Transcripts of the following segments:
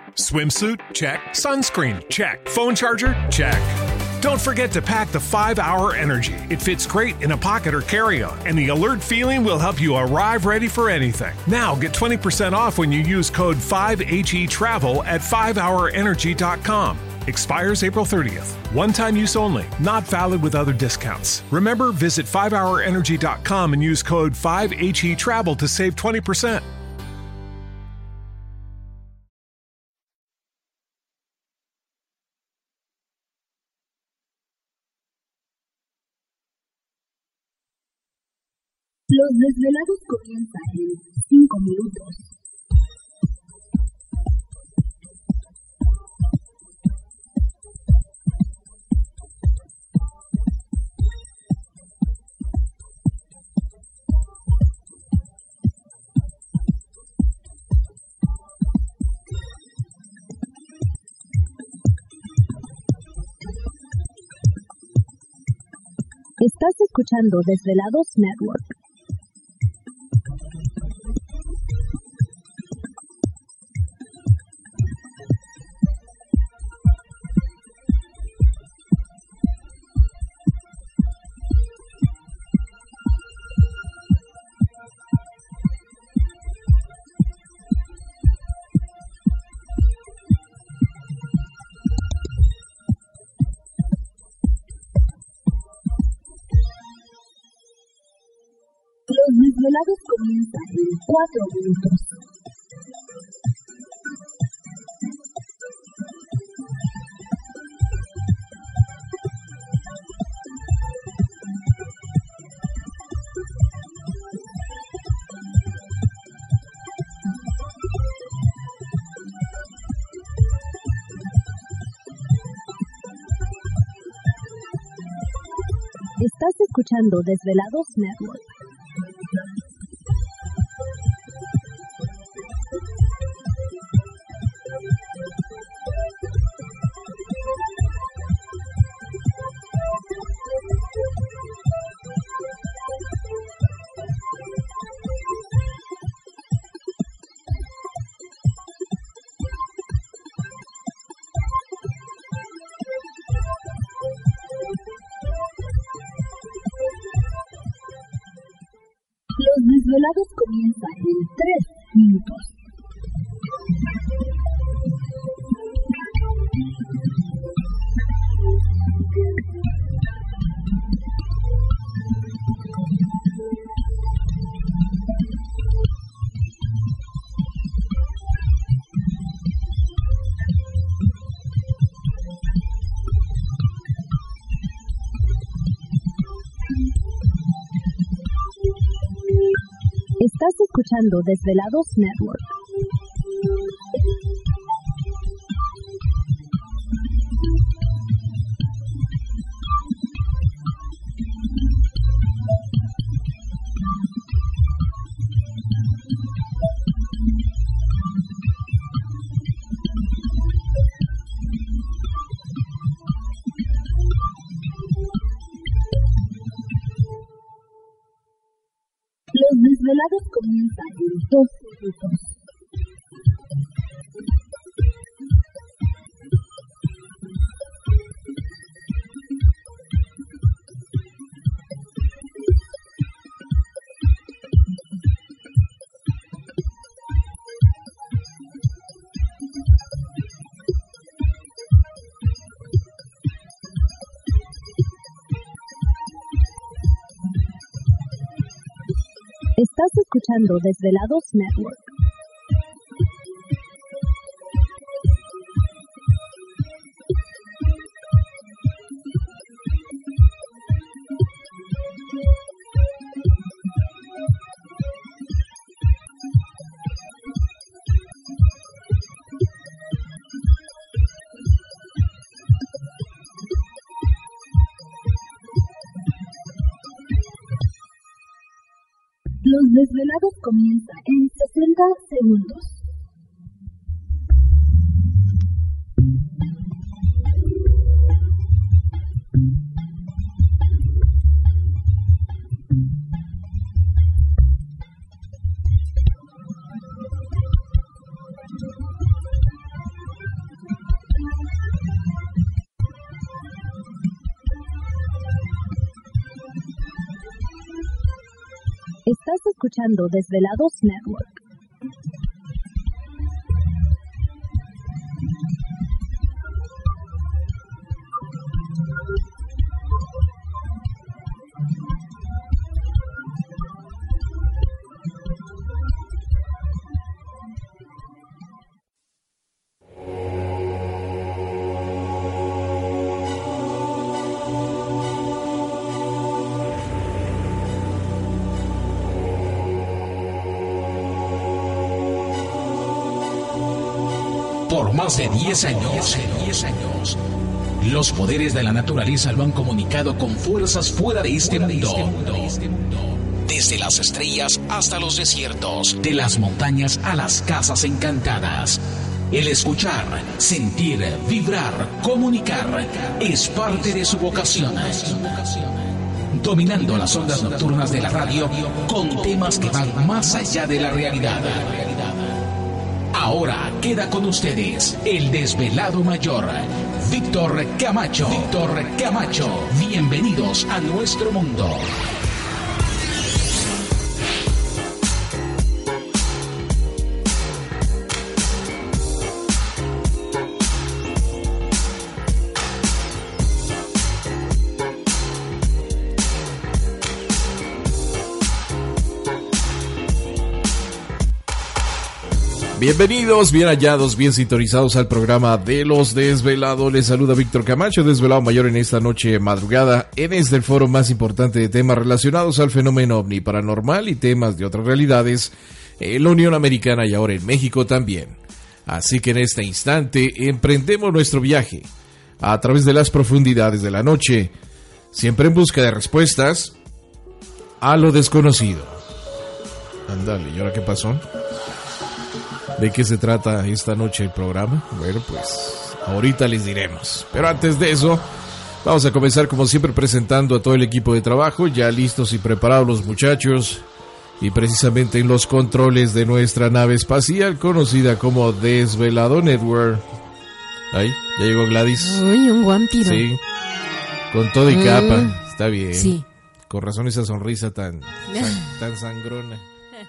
Swimsuit? Check. Sunscreen? Check. Phone charger? Check. Don't forget to pack the 5-Hour Energy. It fits great in a pocket or carry-on, and the alert feeling will help you arrive ready for anything. Now get 20% off when you use code 5HETRAVEL at 5hourenergy.com. Expires April 30th. One-time use only. Not valid with other discounts. Remember, visit 5hourenergy.com and use code 5HETRAVEL to save 20%. Los desvelados comienzan en 5 minutos. Estás escuchando Desvelados Network. Los desvelados comienzan en 4 minutos. Estás escuchando Desvelados Network. Los desvelados comienzan en 3 minutos. Estás escuchando Desvelados Network. Los desvelados comienzan en 2 minutos. Estás escuchando Desvelados Network. Los desvelados comienzan en 60 segundos. Estás escuchando Desvelados Network. Por más de 10 años, los poderes de la naturaleza lo han comunicado con fuerzas fuera de este mundo. Desde las estrellas hasta los desiertos, de las montañas a las casas encantadas. El escuchar, sentir, vibrar, comunicar es parte de su vocación. Dominando las ondas nocturnas de la radio con temas que van más allá de la realidad. Ahora queda con ustedes el desvelado mayor, Víctor Camacho. Bienvenidos a nuestro mundo. Bienvenidos, bien hallados, bien sintonizados al programa de Los Desvelados. Les saluda Víctor Camacho, desvelado mayor en esta noche madrugada, en el foro más importante de temas relacionados al fenómeno ovni paranormal y temas de otras realidades en la Unión Americana y ahora en México también. Así que en este instante emprendemos nuestro viaje a través de las profundidades de la noche, siempre en busca de respuestas a lo desconocido. Ándale, ¿y ahora qué pasó? ¿De qué se trata esta noche el programa? Bueno, pues ahorita les diremos. Pero antes de eso, vamos a comenzar como siempre presentando a todo el equipo de trabajo, ya listos y preparados los muchachos, y precisamente en los controles de nuestra nave espacial conocida como Desvelado Network. Ahí, ya llegó Gladys. Uy, un vampiro. Sí, con todo y capa, está bien. Sí. Con razón esa sonrisa tan sangrona.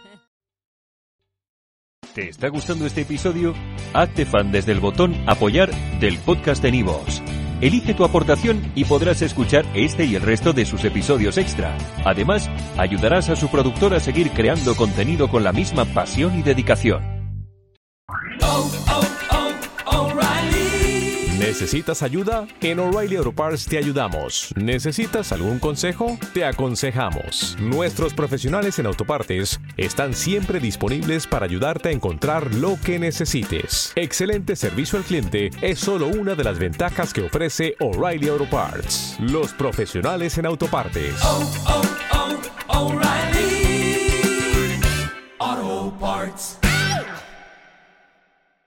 ¿Te está gustando este episodio? Hazte fan desde el botón Apoyar del podcast de Nivos. Elige tu aportación y podrás escuchar este y el resto de sus episodios extra. Además, ayudarás a su productor a seguir creando contenido con la misma pasión y dedicación. ¿Necesitas ayuda? En O'Reilly Auto Parts te ayudamos. ¿Necesitas algún consejo? Te aconsejamos. Nuestros profesionales en autopartes están siempre disponibles para ayudarte a encontrar lo que necesites. Excelente servicio al cliente es solo una de las ventajas que ofrece O'Reilly Auto Parts. Los profesionales en autopartes. O'Reilly Auto Parts.